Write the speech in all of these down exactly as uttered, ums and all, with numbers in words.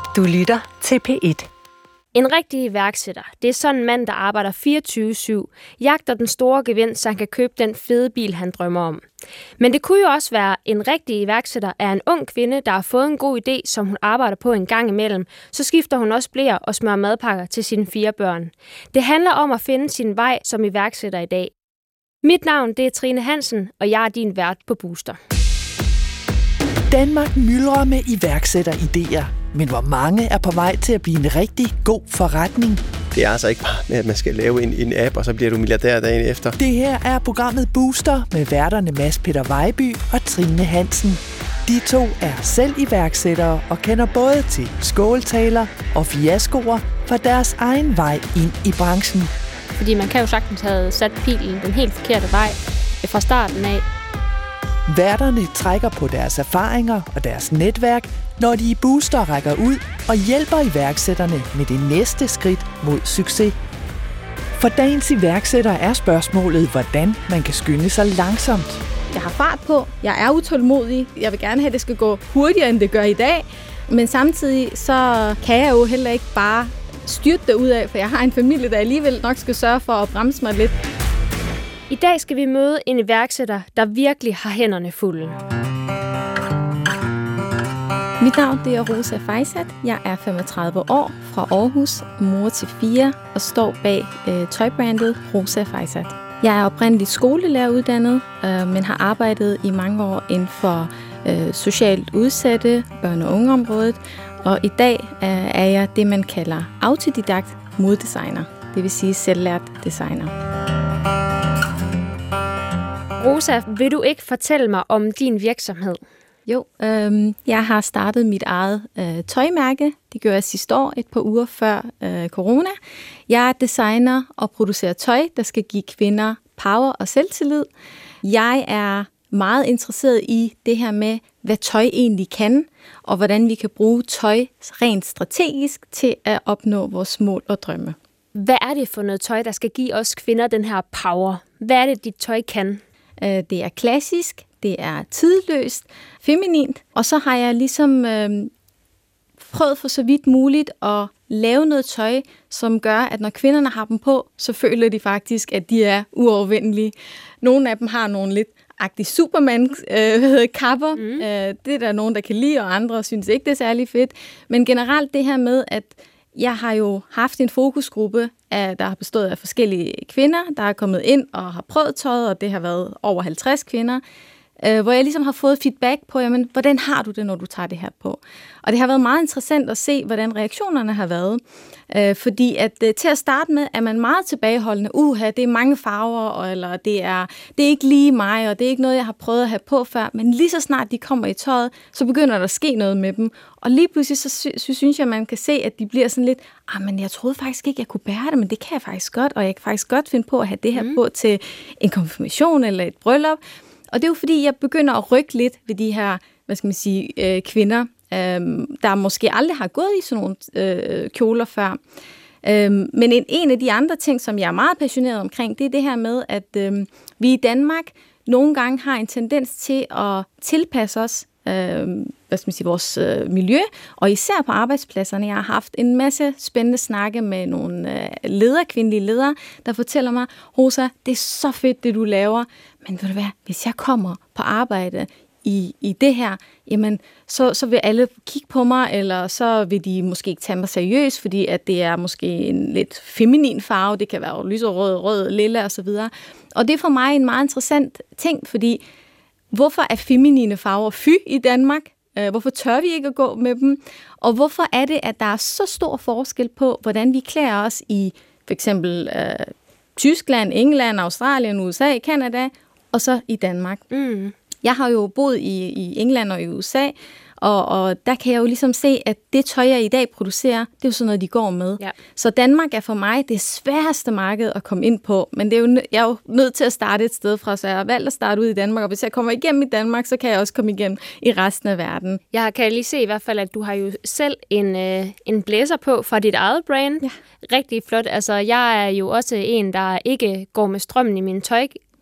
Du lytter til P et. En rigtig iværksætter, det er sådan en mand, der arbejder fireogtyve syv, jagter den store gevinst, så han kan købe den fede bil, han drømmer om. Men det kunne jo også være, en rigtig iværksætter er en ung kvinde, der har fået en god idé, som hun arbejder på en gang imellem. Så skifter hun også bleer og smører madpakker til sine fire børn. Det handler om at finde sin vej som iværksætter i dag. Mit navn det er Trine Hansen, og jeg er din vært på Booster. Danmark myldrer med iværksætteridéer, men hvor mange er på vej til at blive en rigtig god forretning? Det er altså ikke bare med, at man skal lave en, en app, og så bliver du milliardær dagen efter. Det her er programmet Booster med værterne Mads Peter Vejby og Trine Hansen. De to er selv iværksættere og kender både til skåltaler og fiaskoer fra deres egen vej ind i branchen. Fordi man kan jo sagtens have sat pilen den helt forkerte vej fra starten af. Værterne trækker på deres erfaringer og deres netværk, når de i Booster rækker ud og hjælper iværksætterne med det næste skridt mod succes. For dagens iværksætter er spørgsmålet, hvordan man kan skynde sig langsomt. Jeg har fart på, jeg er utålmodig, jeg vil gerne have, at det skal gå hurtigere, end det gør i dag. Men samtidig så kan jeg jo heller ikke bare styrte derudad, for jeg har en familie, der alligevel nok skal sørge for at bremse mig lidt. I dag skal vi møde en iværksætter, der virkelig har hænderne fulde. Mit navn det er Rosa Faisat. Jeg er femogtredive år, fra Aarhus, mor til fire og står bag øh, tøjbrandet Rosa Faisat. Jeg er oprindeligt skolelæreuddannet, øh, men har arbejdet i mange år inden for øh, socialt udsatte, børne- og ungeområdet. Og i dag øh, er jeg det, man kalder autodidakt moddesigner, det vil sige selvlært designer. Rosa, vil du ikke fortælle mig om din virksomhed? Jo, øh, jeg har startet mit eget øh, tøjmærke. Det gjorde jeg sidste år, et par uger før øh, corona. Jeg er designer og producerer tøj, der skal give kvinder power og selvtillid. Jeg er meget interesseret i det her med, hvad tøj egentlig kan, og hvordan vi kan bruge tøj rent strategisk til at opnå vores mål og drømme. Hvad er det for noget tøj, der skal give os kvinder den her power? Hvad er det, dit tøj kan? Det er klassisk, det er tidløst, feminint, og så har jeg ligesom øh, prøvet for så vidt muligt at lave noget tøj, som gør, at når kvinderne har dem på, så føler de faktisk, at de er uovervindelige. Nogle af dem har nogle lidt agtige Superman-kapper. Øh, mm. øh, det er der nogen, der kan lide, og andre synes ikke, det er særlig fedt. Men generelt det her med, at jeg har jo haft en fokusgruppe, af, der har bestået af forskellige kvinder, der er kommet ind og har prøvet tøjet, og det har været over halvtreds kvinder, øh, hvor jeg ligesom har fået feedback på, jamen, hvordan har du det, når du tager det her på? Og det har været meget interessant at se, hvordan reaktionerne har været. Øh, fordi at øh, til at starte med, er man meget tilbageholdende. Uha, det er mange farver, og, eller det er, det er ikke lige mig, og det er ikke noget, jeg har prøvet at have på før. Men lige så snart de kommer i tøjet, så begynder der at ske noget med dem. Og lige pludselig, så, sy- så synes jeg, man kan se, at de bliver sådan lidt, ah, men jeg troede faktisk ikke, jeg kunne bære det, men det kan jeg faktisk godt, og jeg kan faktisk godt finde på at have det her mm. på til en konfirmation eller et bryllup. Og det er jo fordi, jeg begynder at rykke lidt ved de her, hvad skal man sige, øh, kvinder, Øhm, der måske aldrig har gået i sådan nogle øh, kjoler før. Øhm, men en, en af de andre ting, som jeg er meget passioneret omkring, det er det her med, at øh, vi i Danmark nogle gange har en tendens til at tilpasse os øh, hvad skal man sige, vores øh, miljø, og især på arbejdspladserne. Jeg har haft en masse spændende snakke med nogle øh, ledere, kvindelige ledere, der fortæller mig, Rosa, det er så fedt, det du laver, men ved du hvad, hvis jeg kommer på arbejde I, i det her, jamen, så, så vil alle kigge på mig, eller så vil de måske ikke tage mig seriøst, fordi at det er måske en lidt feminin farve, det kan være lyserød, rød, lilla og så videre. Og det er for mig en meget interessant ting, fordi hvorfor er feminine farver fy i Danmark? Hvorfor tør vi ikke at gå med dem? Og hvorfor er det, at der er så stor forskel på, hvordan vi klæder os i for eksempel øh, Tyskland, England, Australien, U S A, Canada, og så i Danmark? Mm. Jeg har jo boet i, i England og i U S A, og, og der kan jeg jo ligesom se, at det tøj, jeg i dag producerer, det er jo sådan noget, de går med. Ja. Så Danmark er for mig det sværeste marked at komme ind på, men det er jo, jeg er jo nødt til at starte et sted fra, så jeg har valgt at starte ud i Danmark, og hvis jeg kommer igennem i Danmark, så kan jeg også komme igennem i resten af verden. Jeg kan lige se i hvert fald, at du har jo selv en, øh, en blæser på fra dit eget brand. Ja. Rigtig flot. Altså, jeg er jo også en, der ikke går med strømmen i min tøj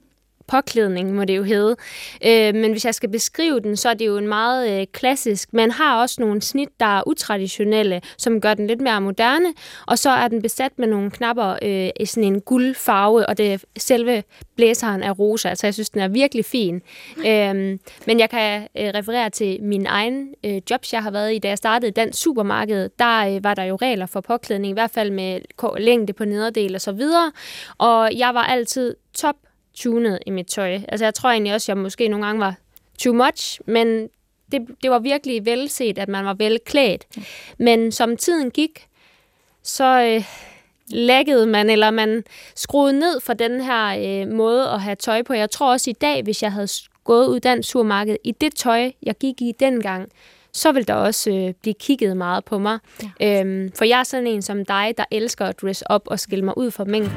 påklædning, må det jo hedde. Øh, men hvis jeg skal beskrive den, så er det jo en meget øh, klassisk. Man har også nogle snit, der er utraditionelle, som gør den lidt mere moderne, og så er den besat med nogle knapper øh, i sådan en guldfarve, og det selve blæseren er rosa, altså jeg synes, den er virkelig fin. Øh, men jeg kan øh, referere til min egen øh, jobs, jeg har været i, da jeg startede i Dansk Supermarked. Der øh, var der jo regler for påklædning, i hvert fald med længde på nederdel og så videre, og jeg var altid top-tunet i mit tøj. Altså jeg tror egentlig også, at jeg måske nogle gange var too much, men det, det var virkelig velset, at man var velklædt. Men som tiden gik, så øh, lækkede man, eller man skruede ned for den her øh, måde at have tøj på. Jeg tror også i dag, hvis jeg havde gået ud i Dansk Supermarked i det tøj, jeg gik i dengang, så vil der også øh, blive kigget meget på mig. Ja. Øhm, for jeg er sådan en som dig, der elsker at dress op og skille mig ud fra mængden.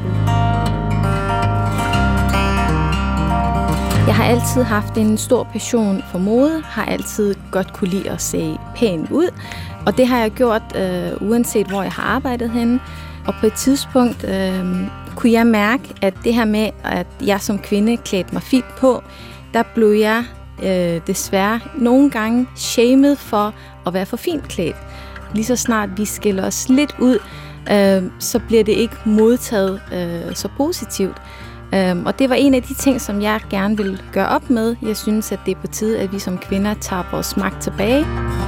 Jeg har altid haft en stor passion for mode, har altid godt kunne lide at se pæn ud, og det har jeg gjort øh, uanset hvor jeg har arbejdet henne. Og på et tidspunkt øh, kunne jeg mærke, at det her med, at jeg som kvinde klædte mig fint på, der blev jeg øh, desværre nogle gange shamed for at være for fint klædt. Lige så snart vi skiller os lidt ud, øh, så bliver det ikke modtaget øh, så positivt. Um, og det var en af de ting, som jeg gerne vil gøre op med. Jeg synes, at det er på tide, at vi som kvinder tager vores magt tilbage.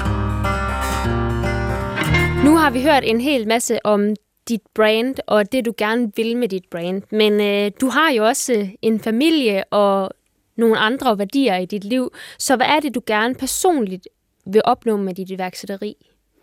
Nu har vi hørt en hel masse om dit brand, og det du gerne vil med dit brand. Men øh, du har jo også en familie og nogle andre værdier i dit liv. Så hvad er det, du gerne personligt vil opnå med dit iværksætteri?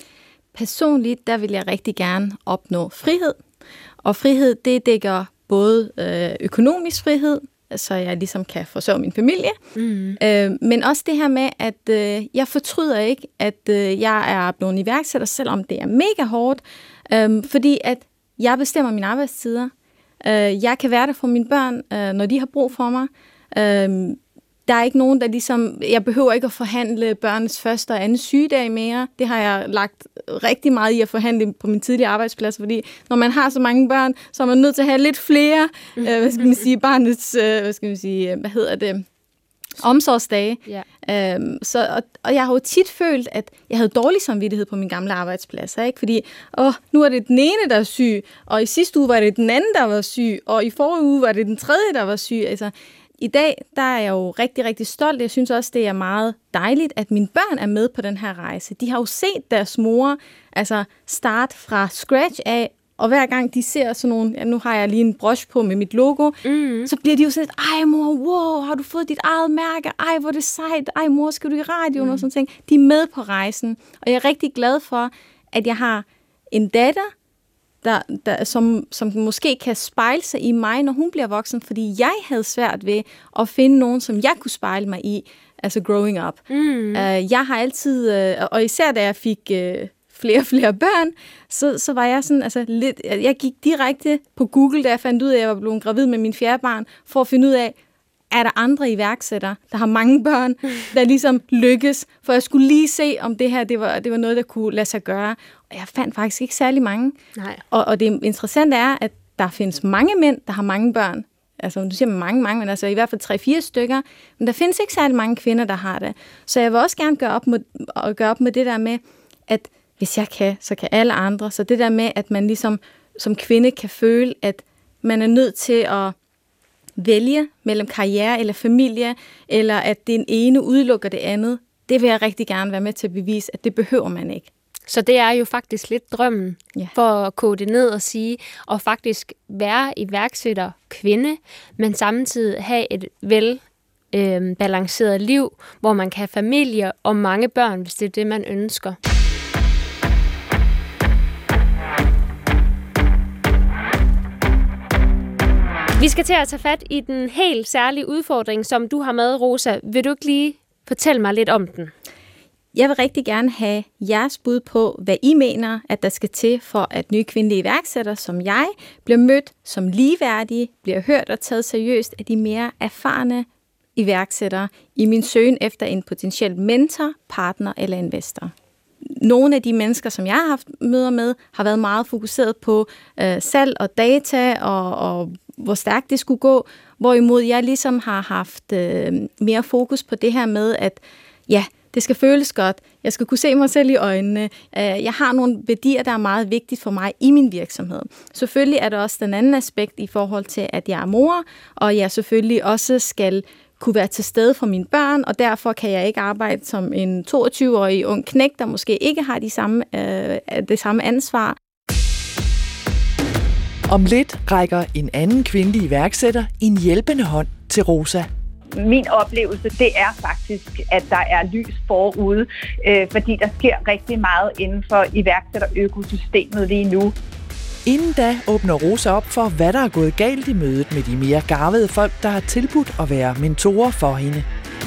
Personligt, der vil jeg rigtig gerne opnå frihed. Og frihed, det dækker både øh, økonomisk frihed, så jeg ligesom kan forsørge min familie, mm. øh, men også det her med, at øh, jeg fortryder ikke, at øh, jeg er blevet iværksætter, selvom det er mega hårdt, øh, fordi at jeg bestemmer mine arbejdstider. Øh, jeg kan være der for mine børn, øh, når de har brug for mig. Øh, Der er ikke nogen, der ligesom... Jeg behøver ikke at forhandle børnenes første og anden sygedag mere. Det har jeg lagt rigtig meget i at forhandle på min tidligere arbejdsplads, fordi når man har så mange børn, så er man nødt til at have lidt flere, øh, hvad skal man sige, barnets, øh, hvad skal man sige, hvad hedder det, omsorgsdage. Yeah. Øhm, så, og, og jeg har jo tit følt, at jeg havde dårlig samvittighed på min gamle arbejdsplads, ikke? Fordi åh, nu er det den ene, der er syg, og i sidste uge var det den anden, der var syg, og i forrige uge var det den tredje, der var syg. Altså, i dag, der er jeg jo rigtig, rigtig stolt. Jeg synes også, det er meget dejligt, at mine børn er med på den her rejse. De har jo set deres mor altså starte fra scratch af, og hver gang de ser sådan nogle, ja, nu har jeg lige en broche på med mit logo, mm. så bliver de jo sådan, ej mor, wow, har du fået dit eget mærke? Ej, hvor er det sejt. Ej mor, skal du i radioen? Mm. Og sådan ting. De er med på rejsen, og jeg er rigtig glad for, at jeg har en datter, Der, der, som, som måske kan spejle sig i mig, når hun bliver voksen, fordi jeg havde svært ved at finde nogen, som jeg kunne spejle mig i, altså growing up. Mm. Uh, jeg har altid, uh, og især da jeg fik uh, flere og flere børn, så, så var jeg sådan, altså lidt, jeg gik direkte på Google, da jeg fandt ud af, at jeg var blevet gravid med min fjerde barn, for at finde ud af, er der andre iværksættere, der har mange børn, der ligesom lykkes, for jeg skulle lige se, om det her det var, det var noget, der kunne lade sig gøre. Og jeg fandt faktisk ikke særlig mange. Nej. Og, og det interessante er, at der findes mange mænd, der har mange børn. Altså, du siger mange, mange, men altså i hvert fald tre-fire stykker. Men der findes ikke særlig mange kvinder, der har det. Så jeg vil også gerne gøre op med, gøre op med det der med, at hvis jeg kan, så kan alle andre. Så det der med, at man ligesom som kvinde kan føle, at man er nødt til at vælge mellem karriere eller familie, eller at det ene udelukker det andet, det vil jeg rigtig gerne være med til at bevise, at det behøver man ikke. Så det er jo faktisk lidt drømmen, ja. For at kode det ned og sige, og faktisk være iværksætter kvinde, men samtidig have et vel øh, balanceret liv, hvor man kan have familie og mange børn, hvis det er det, man ønsker. Vi skal til at tage fat i den helt særlige udfordring, som du har med, Rosa. Vil du ikke lige fortælle mig lidt om den? Jeg vil rigtig gerne have jeres bud på, hvad I mener, at der skal til for, at nye kvindelige iværksættere som jeg bliver mødt som ligeværdige, bliver hørt og taget seriøst af de mere erfarne iværksættere i min søgen efter en potentiel mentor, partner eller investor. Nogle af de mennesker, som jeg har haft møder med, har været meget fokuseret på øh, salg og data og, og hvor stærkt det skulle gå, hvorimod jeg ligesom har haft øh, mere fokus på det her med, at ja, det skal føles godt, jeg skal kunne se mig selv i øjnene, øh, jeg har nogle værdier, der er meget vigtige for mig i min virksomhed. Selvfølgelig er der også den anden aspekt i forhold til, at jeg er mor, og jeg selvfølgelig også skal kunne være til stede for mine børn, og derfor kan jeg ikke arbejde som en toogtyve-årig ung knægt, der måske ikke har de samme, øh, det samme ansvar. Om lidt rækker en anden kvindelig iværksætter en hjælpende hånd til Rosa. Min oplevelse, det er faktisk, at der er lys forude, øh, fordi der sker rigtig meget inden for iværksætterøkosystemet lige nu. Inden da åbner Rosa op for, hvad der er gået galt i mødet med de mere garvede folk, der har tilbudt at være mentorer for hende.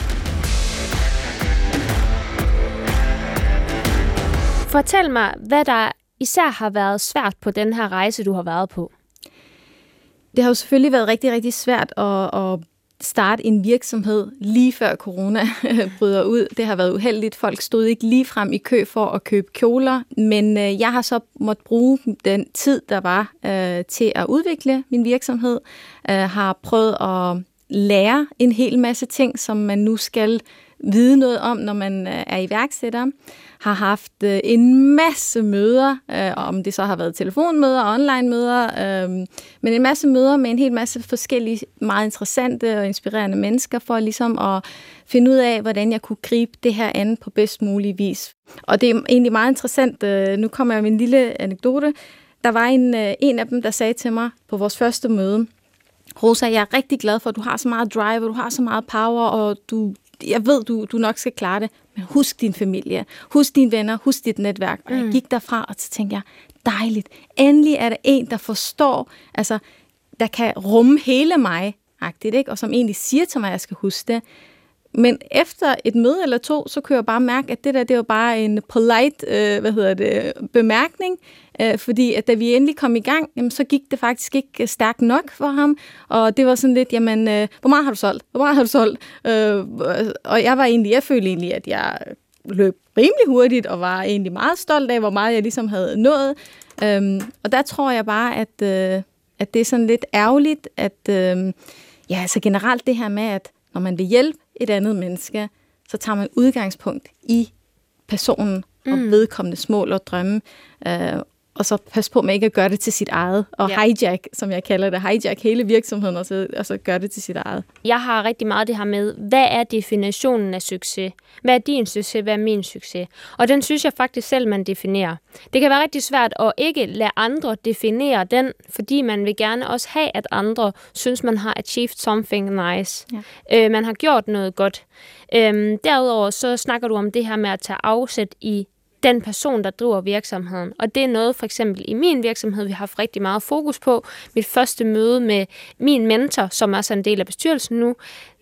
Fortæl mig, hvad der især har været svært på den her rejse, du har været på. Det har jo selvfølgelig været rigtig, rigtig svært at, at starte en virksomhed lige før corona bryder ud. Det har været uheldigt. Folk stod ikke lige frem i kø for at købe kjoler, men øh, jeg har så måttet bruge den tid, der var øh, til at udvikle min virksomhed. Øh, har prøvet at lære en hel masse ting, som man nu skal vide noget om, når man øh, er iværksætter. Har haft øh, en masse møder, øh, om det så har været telefonmøder og online-møder, øh, men en masse møder med en hel masse forskellige, meget interessante og inspirerende mennesker, for ligesom at finde ud af, hvordan jeg kunne gribe det her an på bedst mulig vis. Og det er egentlig meget interessant. Øh, nu kommer jeg med en lille anekdote. Der var en, øh, en af dem, der sagde til mig på vores første møde, Rosa, jeg er rigtig glad for, at du har så meget drive, og du har så meget power, og du jeg ved, du, du nok skal klare det, men husk din familie, husk dine venner, husk dit netværk. Og jeg gik derfra, og så tænkte jeg, dejligt. Endelig er der en, der forstår, altså, der kan rumme hele mig, ikke? Og som egentlig siger til mig, at jeg skal huske det. Men efter et møde eller to, så kunne jeg bare mærke, at det der, det var bare en polite, øh, hvad hedder det, bemærkning, øh, fordi at da vi endelig kom i gang, jamen, så gik det faktisk ikke stærkt nok for ham, og det var sådan lidt, jamen, øh, hvor meget har du solgt? Hvor meget har du solgt? Øh, og jeg var egentlig, jeg følte egentlig, at jeg løb rimelig hurtigt, og var egentlig meget stolt af, hvor meget jeg ligesom havde nået. Øh, og der tror jeg bare, at, øh, at det er sådan lidt ærgerligt, at øh, ja, altså generelt det her med, at når man vil hjælpe et andet menneske, så tager man udgangspunkt i personen og mm. vedkommendes mål og drømme, øh, og så pas på med ikke at gøre det til sit eget, og ja. hijack, som jeg kalder det, hijack hele virksomheden, og så, og så gøre det til sit eget. Jeg har rigtig meget det her med, hvad er definitionen af succes? Hvad er din succes? Hvad er min succes? Og den synes jeg faktisk selv, man definerer. Det kan være rigtig svært at ikke lade andre definere den, fordi man vil gerne også have, at andre synes, man har achieved something nice. Ja. Øh, man har gjort noget godt. Øhm, derudover så snakker du om det her med at tage afsæt i den person, der driver virksomheden. Og det er noget, for eksempel i min virksomhed, vi har haft rigtig meget fokus på. Mit første møde med min mentor, som er så en del af bestyrelsen nu.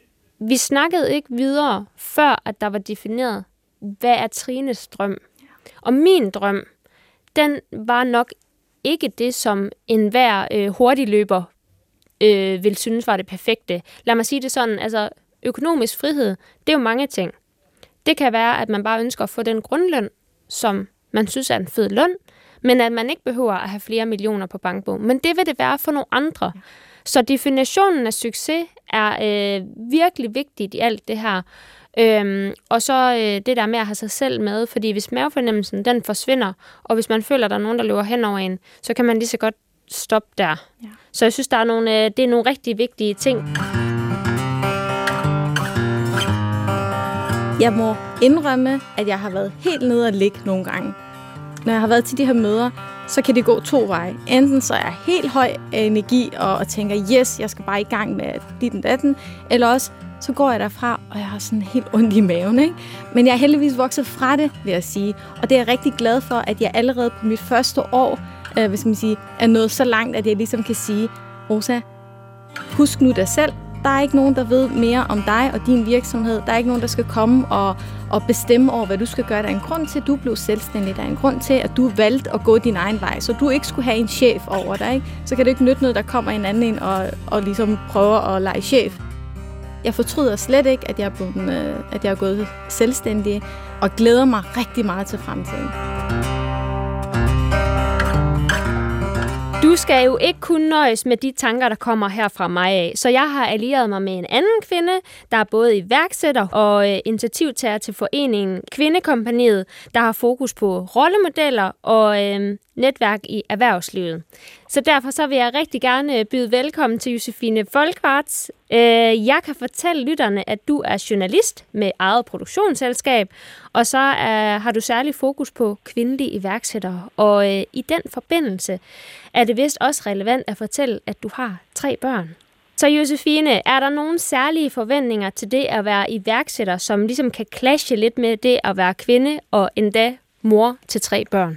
Vi snakkede ikke videre, før at der var defineret, hvad er Trines drøm. Og min drøm, den var nok ikke det, som enhver øh, hurtigløber øh, vil synes var det perfekte. Lad mig sige det sådan, altså økonomisk frihed, det er jo mange ting. Det kan være, at man bare ønsker at få den grundløn, som man synes er en fed løn, men at man ikke behøver at have flere millioner på bankbogen. Men det vil det være for nogle andre. Så definitionen af succes er øh, virkelig vigtigt i alt det her. Øhm, og så øh, det der med at have sig selv med, fordi hvis mavefornemmelsen den forsvinder, og hvis man føler, at der er nogen, der løber hen over en, så kan man lige så godt stoppe der. Ja. Så jeg synes, der er nogle, øh, det er nogle rigtig vigtige ting. Jeg må indrømme, at jeg har været helt nede at ligge nogle gange. Når jeg har været til de her møder, så kan det gå to veje. Enten så er jeg helt høj af energi og, og tænker, yes, jeg skal bare i gang med ditten datten. Eller også, så går jeg derfra, og jeg har sådan helt ondt i maven. Ikke? Men jeg er heldigvis vokset fra det, vil jeg sige. Og det er jeg rigtig glad for, at jeg allerede på mit første år, øh, hvis man sige, er nået så langt, at jeg ligesom kan sige, Rosa, husk nu dig selv. Der er ikke nogen, der ved mere om dig og din virksomhed. Der er ikke nogen, der skal komme og, og bestemme over, hvad du skal gøre. Der er en grund til, at du blev selvstændig. Der er en grund til, at du valgte at gå din egen vej. Så du ikke skulle have en chef over dig. Ikke? Så kan det ikke nytte noget, der kommer en anden ind og, og ligesom prøver at lege chef. Jeg fortryder slet ikke, at jeg er, blevet, at jeg er gået selvstændig, og glæder mig rigtig meget til fremtiden. Du skal jo ikke kun nøjes med de tanker, der kommer her fra mig af. Så jeg har allieret mig med en anden kvinde, der er både iværksætter og øh, initiativtager til foreningen Kvindekompagniet, der har fokus på rollemodeller og øh, netværk i erhvervslivet. Så derfor så vil jeg rigtig gerne byde velkommen til Josefine Folkvarts. Øh, jeg kan fortælle lytterne, at du er journalist med eget produktionsselskab, og så er, har du særlig fokus på kvindelige iværksættere. Og øh, i den forbindelse er det vist også relevant at fortælle, at du har tre børn. Så Josefine, er der nogle særlige forventninger til det at være iværksætter, som ligesom kan clashe lidt med det at være kvinde og endda mor til tre børn?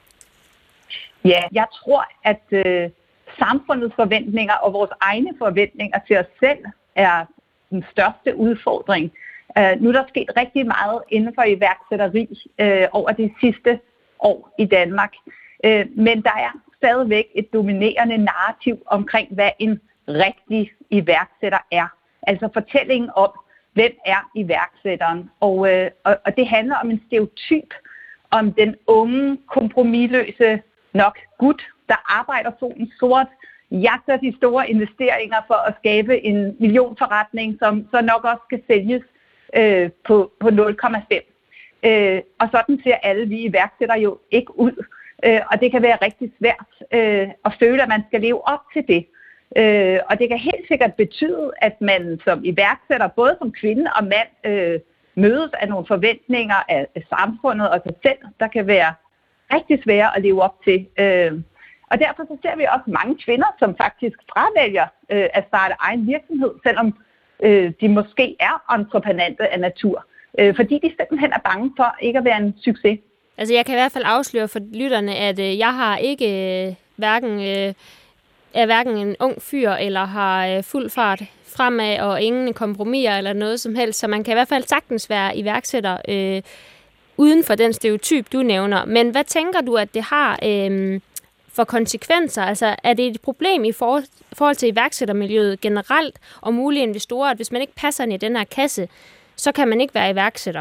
Ja, jeg tror, at øh, samfundets forventninger og vores egne forventninger til os selv er den største udfordring. Uh, nu er der sket rigtig meget inden for iværksætteri øh, over de sidste år i Danmark. Uh, men der er stadigvæk et dominerende narrativ omkring, hvad en rigtig iværksætter er. Altså fortællingen om, hvem er iværksætteren. Og, øh, og, og det handler om en stereotyp om den unge, kompromisløse nok gut, der arbejder solen sort, jagter de store investeringer for at skabe en millionforretning, som så nok også skal sælges øh, på, på nul komma fem. Øh, og sådan ser alle vi iværksættere jo ikke ud. Øh, og det kan være rigtig svært øh, at føle, at man skal leve op til det. Øh, og det kan helt sikkert betyde, at man som iværksætter, både som kvinde og mand, øh, mødes af nogle forventninger af, af samfundet og sig selv, der kan være rigtig svære at leve op til. Øh, og derfor så ser vi også mange kvinder, som faktisk fravælger øh, at starte egen virksomhed, selvom øh, de måske er entreprenante af natur. Øh, fordi de simpelthen er bange for ikke at være en succes. Altså jeg kan i hvert fald afsløre for lytterne, at øh, jeg har ikke øh, hverken... Øh er hverken en ung fyr eller har øh, fuld fart fremad og ingen kompromiser eller noget som helst. Så man kan i hvert fald sagtens være iværksætter øh, uden for den stereotyp, du nævner. Men hvad tænker du, at det har øh, for konsekvenser? Altså er det et problem i for, forhold til iværksættermiljøet generelt og mulige investorer, at hvis man ikke passer ind i den her kasse, så kan man ikke være iværksætter?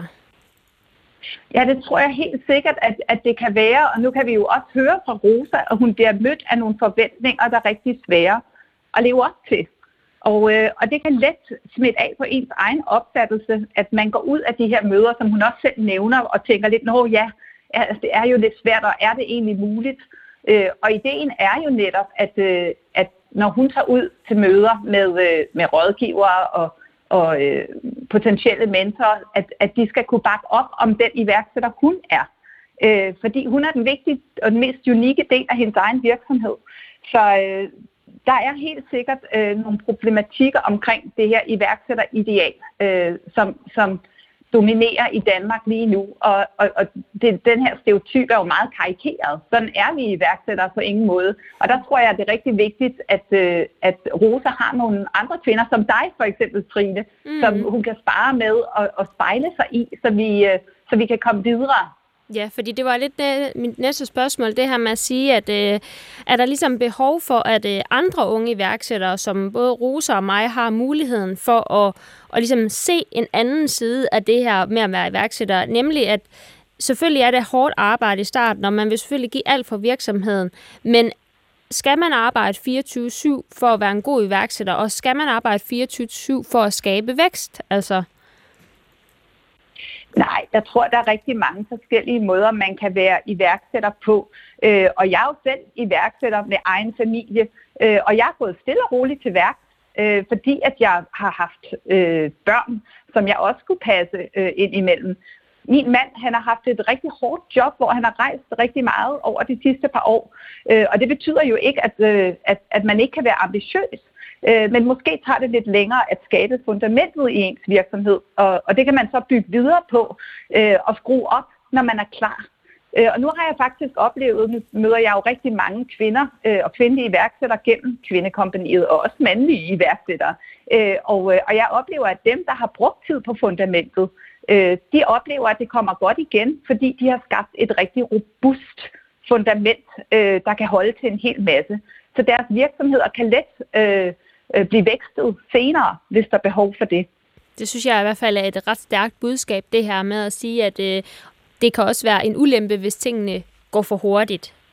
Ja, det tror jeg helt sikkert, at, at det kan være, og nu kan vi jo også høre fra Rosa, at hun bliver mødt af nogle forventninger, der er rigtig svære at leve op til. Og, øh, og det kan let smitte af på ens egen opfattelse, at man går ud af de her møder, som hun også selv nævner, og tænker lidt, nå ja, altså, det er jo lidt svært, og er det egentlig muligt? Øh, og ideen er jo netop, at, øh, at når hun tager ud til møder med, øh, med rådgivere og og øh, potentielle mentorer, at, at de skal kunne bakke op om den iværksætter, hun er. Øh, fordi hun er den vigtigste og den mest unikke del af hendes egen virksomhed. Så øh, der er helt sikkert øh, nogle problematikker omkring det her iværksætterideal, øh, som, som dominerer i Danmark lige nu. Og, og, og det, den her stereotyp er jo meget karikeret. Sådan er vi iværksættere på ingen måde. Og der tror jeg, at det er rigtig vigtigt, at, øh, at Rosa har nogle andre kvinder, som dig for eksempel, Trine, mm. som hun kan spare med og, og spejle sig i, så vi, øh, så vi kan komme videre. Ja, fordi det var lidt uh, mit næste spørgsmål, det her med at sige, at uh, er der ligesom behov for, at uh, andre unge iværksættere, som både Rosa og mig, har muligheden for at, at ligesom se en anden side af det her med at være iværksætter, nemlig at selvfølgelig er det hårdt arbejde i starten, og man vil selvfølgelig give alt for virksomheden, men skal man arbejde fireogtyve syv for at være en god iværksætter, og skal man arbejde fireogtyve syv for at skabe vækst, altså? Nej, jeg tror, der er rigtig mange forskellige måder, man kan være iværksætter på. Øh, og jeg er jo selv iværksætter med egen familie, øh, og jeg er gået stille og roligt til værk, øh, fordi at jeg har haft øh, børn, som jeg også skulle passe øh, ind imellem. Min mand, han har haft et rigtig hårdt job, hvor han har rejst rigtig meget over de sidste par år. Øh, og det betyder jo ikke, at, øh, at, at man ikke kan være ambitiøs. Men måske tager det lidt længere at skabe fundamentet i ens virksomhed, og, og det kan man så bygge videre på øh, og skrue op, når man er klar. Øh, og nu har jeg faktisk oplevet, nu møder jeg jo rigtig mange kvinder øh, og kvindelige iværksættere gennem Kvindekompagniet, og også mandlige iværksættere. Øh, og, øh, og jeg oplever, at dem, der har brugt tid på fundamentet, øh, de oplever, at det kommer godt igen, fordi de har skabt et rigtig robust fundament, øh, der kan holde til en hel masse. Så deres virksomheder kan let øh, blive vækstet senere, hvis der er behov for det. Det synes jeg i hvert fald er et ret stærkt budskab, det her med at sige, at øh, det kan også være en ulempe, hvis tingene går for hurtigt.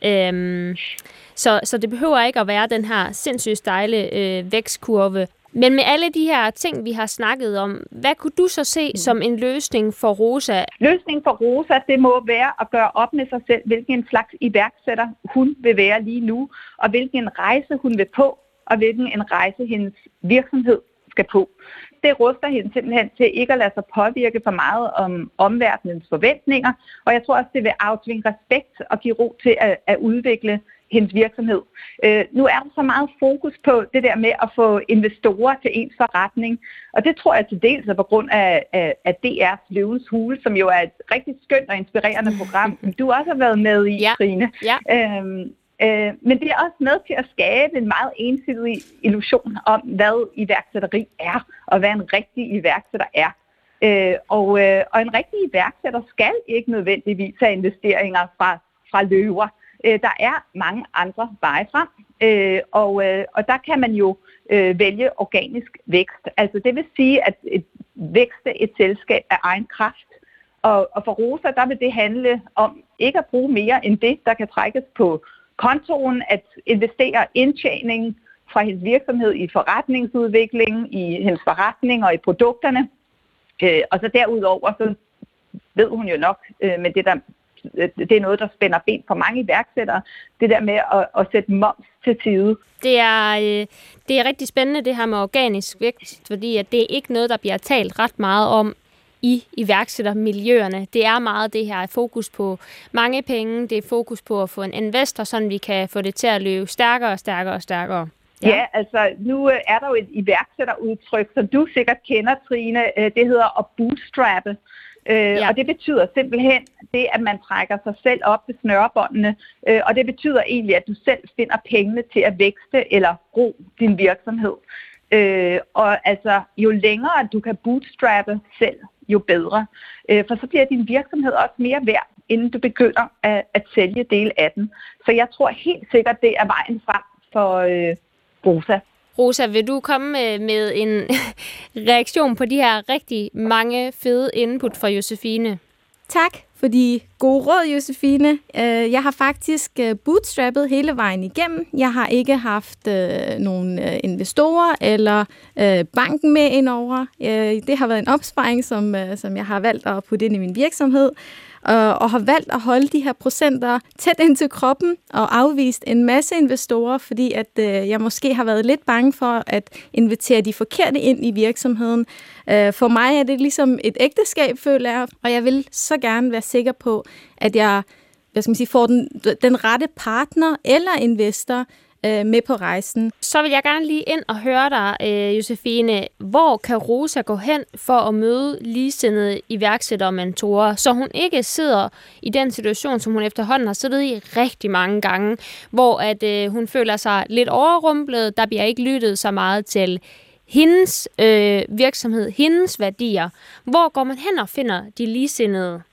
Øhm, så, så det behøver ikke at være den her sindssygt stejle øh, vækstkurve. Men med alle de her ting, vi har snakket om, hvad kunne du så se som en løsning for Rosa? Løsningen for Rosa, det må være at gøre op med sig selv, hvilken slags iværksætter hun vil være lige nu, og hvilken rejse hun vil på, og hvilken en rejse hendes virksomhed skal på. Det ruster hende simpelthen til ikke at lade sig påvirke for meget om omverdenens forventninger, og jeg tror også, det vil aftvinge respekt og give ro til at, at udvikle hendes virksomhed. Øh, nu er der så meget fokus på det der med at få investorer til ens forretning, og det tror jeg til dels er på grund af, af, af D R's Løvens Hule, som jo er et rigtig skønt og inspirerende program, som du også har været med i, ja. Trine. Ja. Øhm, øh, men det er også med til at skabe en meget ensidig illusion om, hvad iværksætteri er, og hvad en rigtig iværksætter er. Øh, og, øh, og en rigtig iværksætter skal ikke nødvendigvis have investeringer fra, fra løver. Der er mange andre veje frem, øh, og, øh, og der kan man jo øh, vælge organisk vækst. Altså det vil sige, at et, vækste et selskab af egen kraft. Og, og for Rosa, der vil det handle om ikke at bruge mere end det, der kan trækkes på kontoen, at investere indtjeningen fra hendes virksomhed i forretningsudvikling, i hendes forretning og i produkterne. Øh, og så derudover, så ved hun jo nok øh, med det der... Det er noget, der spænder ben for mange iværksættere. Det der med at, at sætte moms til side. Det er, det er rigtig spændende, det her med organisk vækst, fordi at det er ikke noget, der bliver talt ret meget om i iværksættermiljøerne. Det er meget det her fokus på mange penge. Det er fokus på at få en investor, så vi kan få det til at løbe stærkere og stærkere og stærkere. Ja, ja altså nu er der jo et iværksætterudtryk, som du sikkert kender, Trine. Det hedder at bootstrappe. Øh, ja. Og det betyder simpelthen det, at man trækker sig selv op ved snørebåndene, øh, og det betyder egentlig, at du selv finder pengene til at vækste eller gro din virksomhed. Øh, og altså, jo længere du kan bootstrappe selv, jo bedre. Øh, for så bliver din virksomhed også mere værd, inden du begynder at, at sælge del af den. Så jeg tror helt sikkert, det er vejen frem for øh, Rosa. Rosa, vil du komme med en reaktion på de her rigtig mange fede input fra Josefine? Tak for de gode råd, Josefine. Jeg har faktisk bootstrappet hele vejen igennem. Jeg har ikke haft nogen investorer eller banken med indover. Det har været en opsparing, som, som jeg har valgt at putte ind i min virksomhed. Og har valgt at holde de her procenter tæt ind til kroppen og afvist en masse investorer, fordi at øh, jeg måske har været lidt bange for at invitere de forkerte ind i virksomheden. Øh, for mig er det ligesom et ægteskab, føler jeg, og jeg vil så gerne være sikker på, at jeg hvad skal man sige, får den, den rette partner eller investor med på rejsen. Så vil jeg gerne lige ind og høre dig, Josefine. Hvor kan Rosa gå hen for at møde ligesindede iværksættere og mentorer, så hun ikke sidder i den situation, som hun efterhånden har siddet i rigtig mange gange, hvor at, øh, hun føler sig lidt overrumplet, der bliver ikke lyttet så meget til hendes øh, virksomhed, hendes værdier. Hvor går man hen og finder de ligesindede?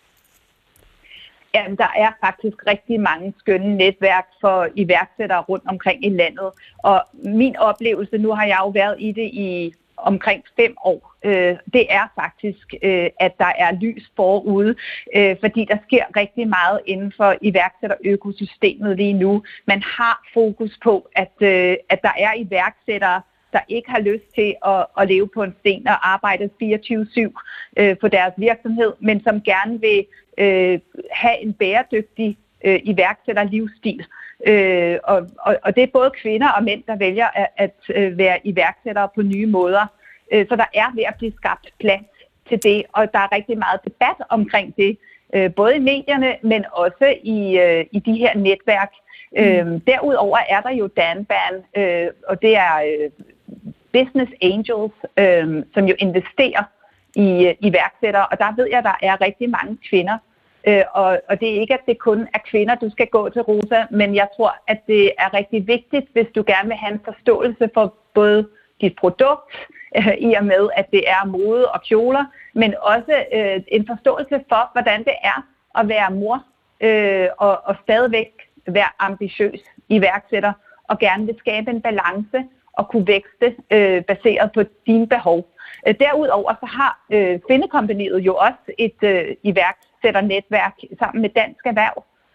Jamen, der er faktisk rigtig mange skønne netværk for iværksættere rundt omkring i landet. Og min oplevelse, nu har jeg jo været i det i omkring fem år, øh, det er faktisk, øh, at der er lys forude, øh, fordi der sker rigtig meget inden for iværksætterøkosystemet lige nu. Man har fokus på, at, øh, at der er iværksættere, der ikke har lyst til at, at leve på en sten og arbejde fireogtyve syv øh, på deres virksomhed, men som gerne vil øh, have en bæredygtig øh, iværksætterlivsstil. Øh, og, og, og det er både kvinder og mænd, der vælger at, at øh, være iværksættere på nye måder. Øh, så der er ved at blive skabt plads til det, og der er rigtig meget debat omkring det, øh, både i medierne, men også i, øh, i de her netværk. Mm. Øh, derudover er der jo Danban, øh, og det er øh, Business Angels, øh, som jo investerer i øh, iværksættere, og der ved jeg, at der er rigtig mange kvinder. Øh, og, og det er ikke, at det kun er kvinder, du skal gå til, Rosa, men jeg tror, at det er rigtig vigtigt, hvis du gerne vil have en forståelse for både dit produkt, øh, i og med, at det er mode og kjoler, men også øh, en forståelse for, hvordan det er at være mor øh, og, og stadigvæk være ambitiøs iværksætter og gerne vil skabe en balance og kunne vækste øh, baseret på dine behov. Øh, derudover så har øh, Kvindekompagniet jo også et øh, iværksætternetværk sammen med Dansk Erhverv,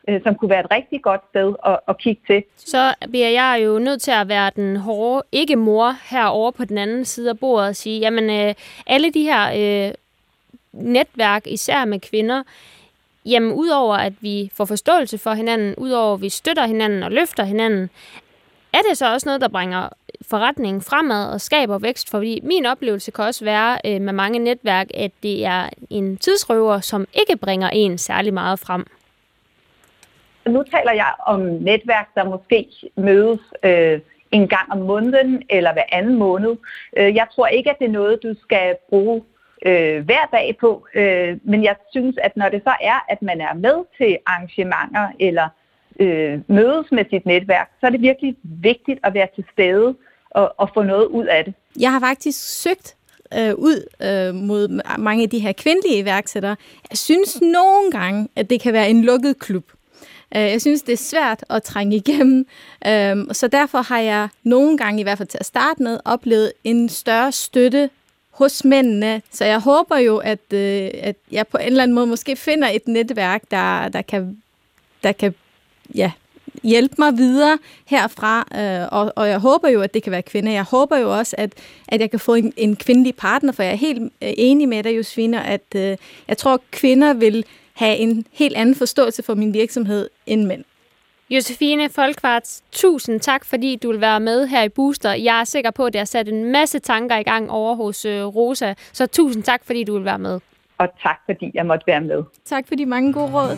øh, som kunne være et rigtig godt sted at, at kigge til. Så bliver jeg jo nødt til at være den hårde ikke-mor herovre på den anden side af bordet og sige, jamen øh, alle de her øh, netværk, især med kvinder, jamen udover at vi får forståelse for hinanden, udover at vi støtter hinanden og løfter hinanden, er det så også noget, der bringer forretningen fremad og skaber vækst? Fordi min oplevelse kan også være øh, med mange netværk, at det er en tidsrøver, som ikke bringer en særlig meget frem. Nu taler jeg om netværk, der måske mødes øh, en gang om måneden eller hver anden måned. Øh, jeg tror ikke, at det er noget, du skal bruge øh, hver dag på. Øh, men jeg synes, at når det så er, at man er med til arrangementer eller øh, mødes med sit netværk, så er det virkelig vigtigt at være til stede og, og få noget ud af det. Jeg har faktisk søgt øh, ud øh, mod mange af de her kvindelige iværksættere. Jeg synes nogle gange, at det kan være en lukket klub. Jeg synes, det er svært at trænge igennem, så derfor har jeg nogle gange, i hvert fald til at starte med, oplevet en større støtte hos mændene. Så jeg håber jo, at, at jeg på en eller anden måde måske finder et netværk, der, der kan, der kan ja, hjælpe mig videre herfra. Og, og jeg håber jo, at det kan være kvinder. Jeg håber jo også, at, at jeg kan få en, en kvindelig partner, for jeg er helt enig med dig, Josefine, at jeg tror, at kvinder vil have en helt anden forståelse for min virksomhed end mænd. Josefine Folkvarts, tusind tak, fordi du vil være med her i Booster. Jeg er sikker på, at det har sat en masse tanker i gang over hos Rosa. Så tusind tak, fordi du vil være med. Og tak, fordi jeg måtte være med. Tak for de mange gode råd.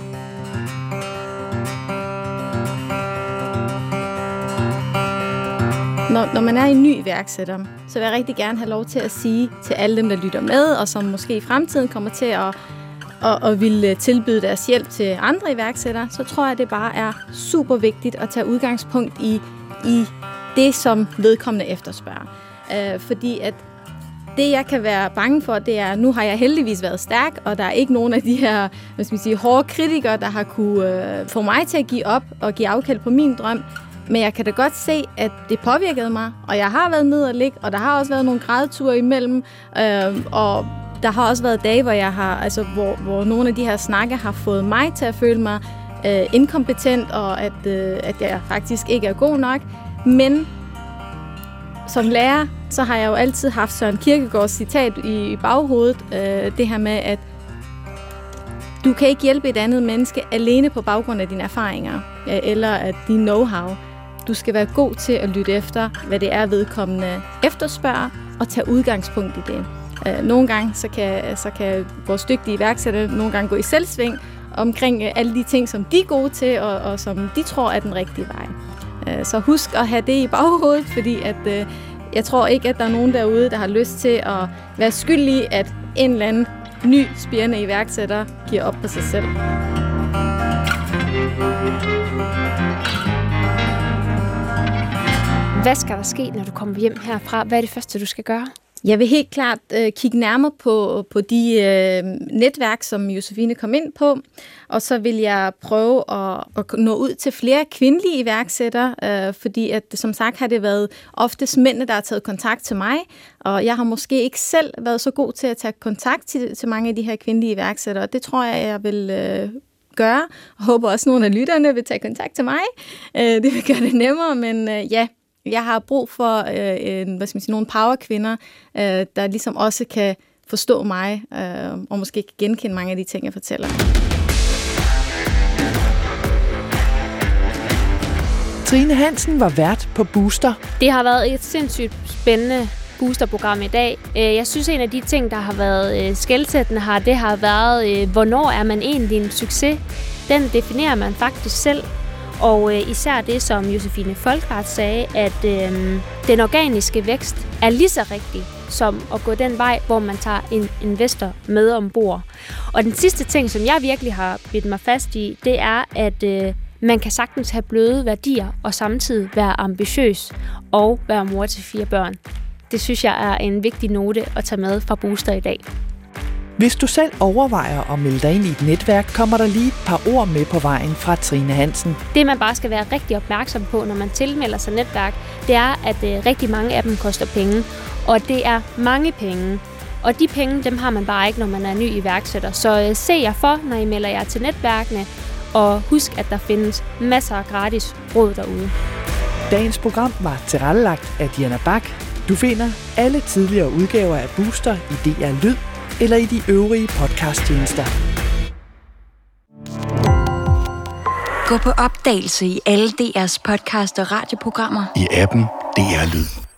Når, når man er en ny iværksætter, så vil jeg rigtig gerne have lov til at sige til alle dem, der lytter med, og som måske i fremtiden kommer til at og, og vil tilbyde deres hjælp til andre iværksættere, så tror jeg, at det bare er super vigtigt at tage udgangspunkt i, i det, som vedkommende efterspørger. Øh, fordi at det, jeg kan være bange for, det er, nu har jeg heldigvis været stærk, og der er ikke nogen af de her, hvad skal man sige, hårde kritikere, der har kunne øh, få mig til at give op og give afkald på min drøm. Men jeg kan da godt se, at det påvirkede mig, og jeg har været nede og ligge, og der har også været nogle grædeture imellem, øh, og der har også været dage, hvor jeg har, altså hvor, hvor nogle af de her snakke har fået mig til at føle mig øh, inkompetent, og at, øh, at jeg faktisk ikke er god nok. Men som lærer, så har jeg jo altid haft Søren Kierkegaards citat i, i baghovedet, øh, det her med, at du kan ikke hjælpe et andet menneske alene på baggrund af dine erfaringer, øh, eller af din know-how. Du skal være god til at lytte efter, hvad det er, vedkommende efterspørger, og tage udgangspunkt i det. Nogle gange så kan, så kan vores dygtige iværksættere nogle gange gå i selvsving omkring alle de ting, som de er gode til, og, og som de tror er den rigtige vej. Så husk at have det i baghovedet, fordi at, jeg tror ikke, at der er nogen derude, der har lyst til at være skyldig i, at en eller anden ny spirende iværksætter giver op på sig selv. Hvad skal der ske, når du kommer hjem herfra? Hvad er det første, du skal gøre? Jeg vil helt klart øh, kigge nærmere på, på de øh, netværk, som Josefine kom ind på, og så vil jeg prøve at, at nå ud til flere kvindelige iværksættere, øh, fordi at, som sagt har det været oftest mændene, der har taget kontakt til mig, og jeg har måske ikke selv været så god til at tage kontakt til, til mange af de her kvindelige iværksættere, og det tror jeg, jeg vil øh, gøre, og håber også, at nogle af lytterne vil tage kontakt til mig. Øh, det vil gøre det nemmere, men øh, ja, jeg har brug for øh, en, hvad skal man sige, nogle powerkvinder, øh, der ligesom også kan forstå mig, øh, og måske kan genkende mange af de ting, jeg fortæller. Trine Hansen var vært på Booster. Det har været et sindssygt spændende Booster-program i dag. Jeg synes, en af de ting, der har været skelsættende her, det har været, hvornår er man egentlig en succes? Den definerer man faktisk selv. Og øh, især det, som Josefine Folkvart sagde, at øh, den organiske vækst er lige så rigtig som at gå den vej, hvor man tager en investor med ombord. Og den sidste ting, som jeg virkelig har bidt mig fast i, det er, at øh, man kan sagtens have bløde værdier og samtidig være ambitiøs og være mor til fire børn. Det synes jeg er en vigtig note at tage med fra Booster i dag. Hvis du selv overvejer at melde dig ind i et netværk, kommer der lige et par ord med på vejen fra Trine Hansen. Det, man bare skal være rigtig opmærksom på, når man tilmelder sig netværk, det er, at øh, rigtig mange af dem koster penge. Og det er mange penge. Og de penge, dem har man bare ikke, når man er ny iværksætter. Så øh, se jer for, når I melder jer til netværkene. Og husk, at der findes masser af gratis råd derude. Dagens program var tilrettelagt af Diana Bach. Du finder alle tidligere udgaver af Booster i D R Lyd eller i de øvrige podcasttjenester. Gå på opdagelse i alle D R's podcast og radioprogrammer. I appen D R Lyd.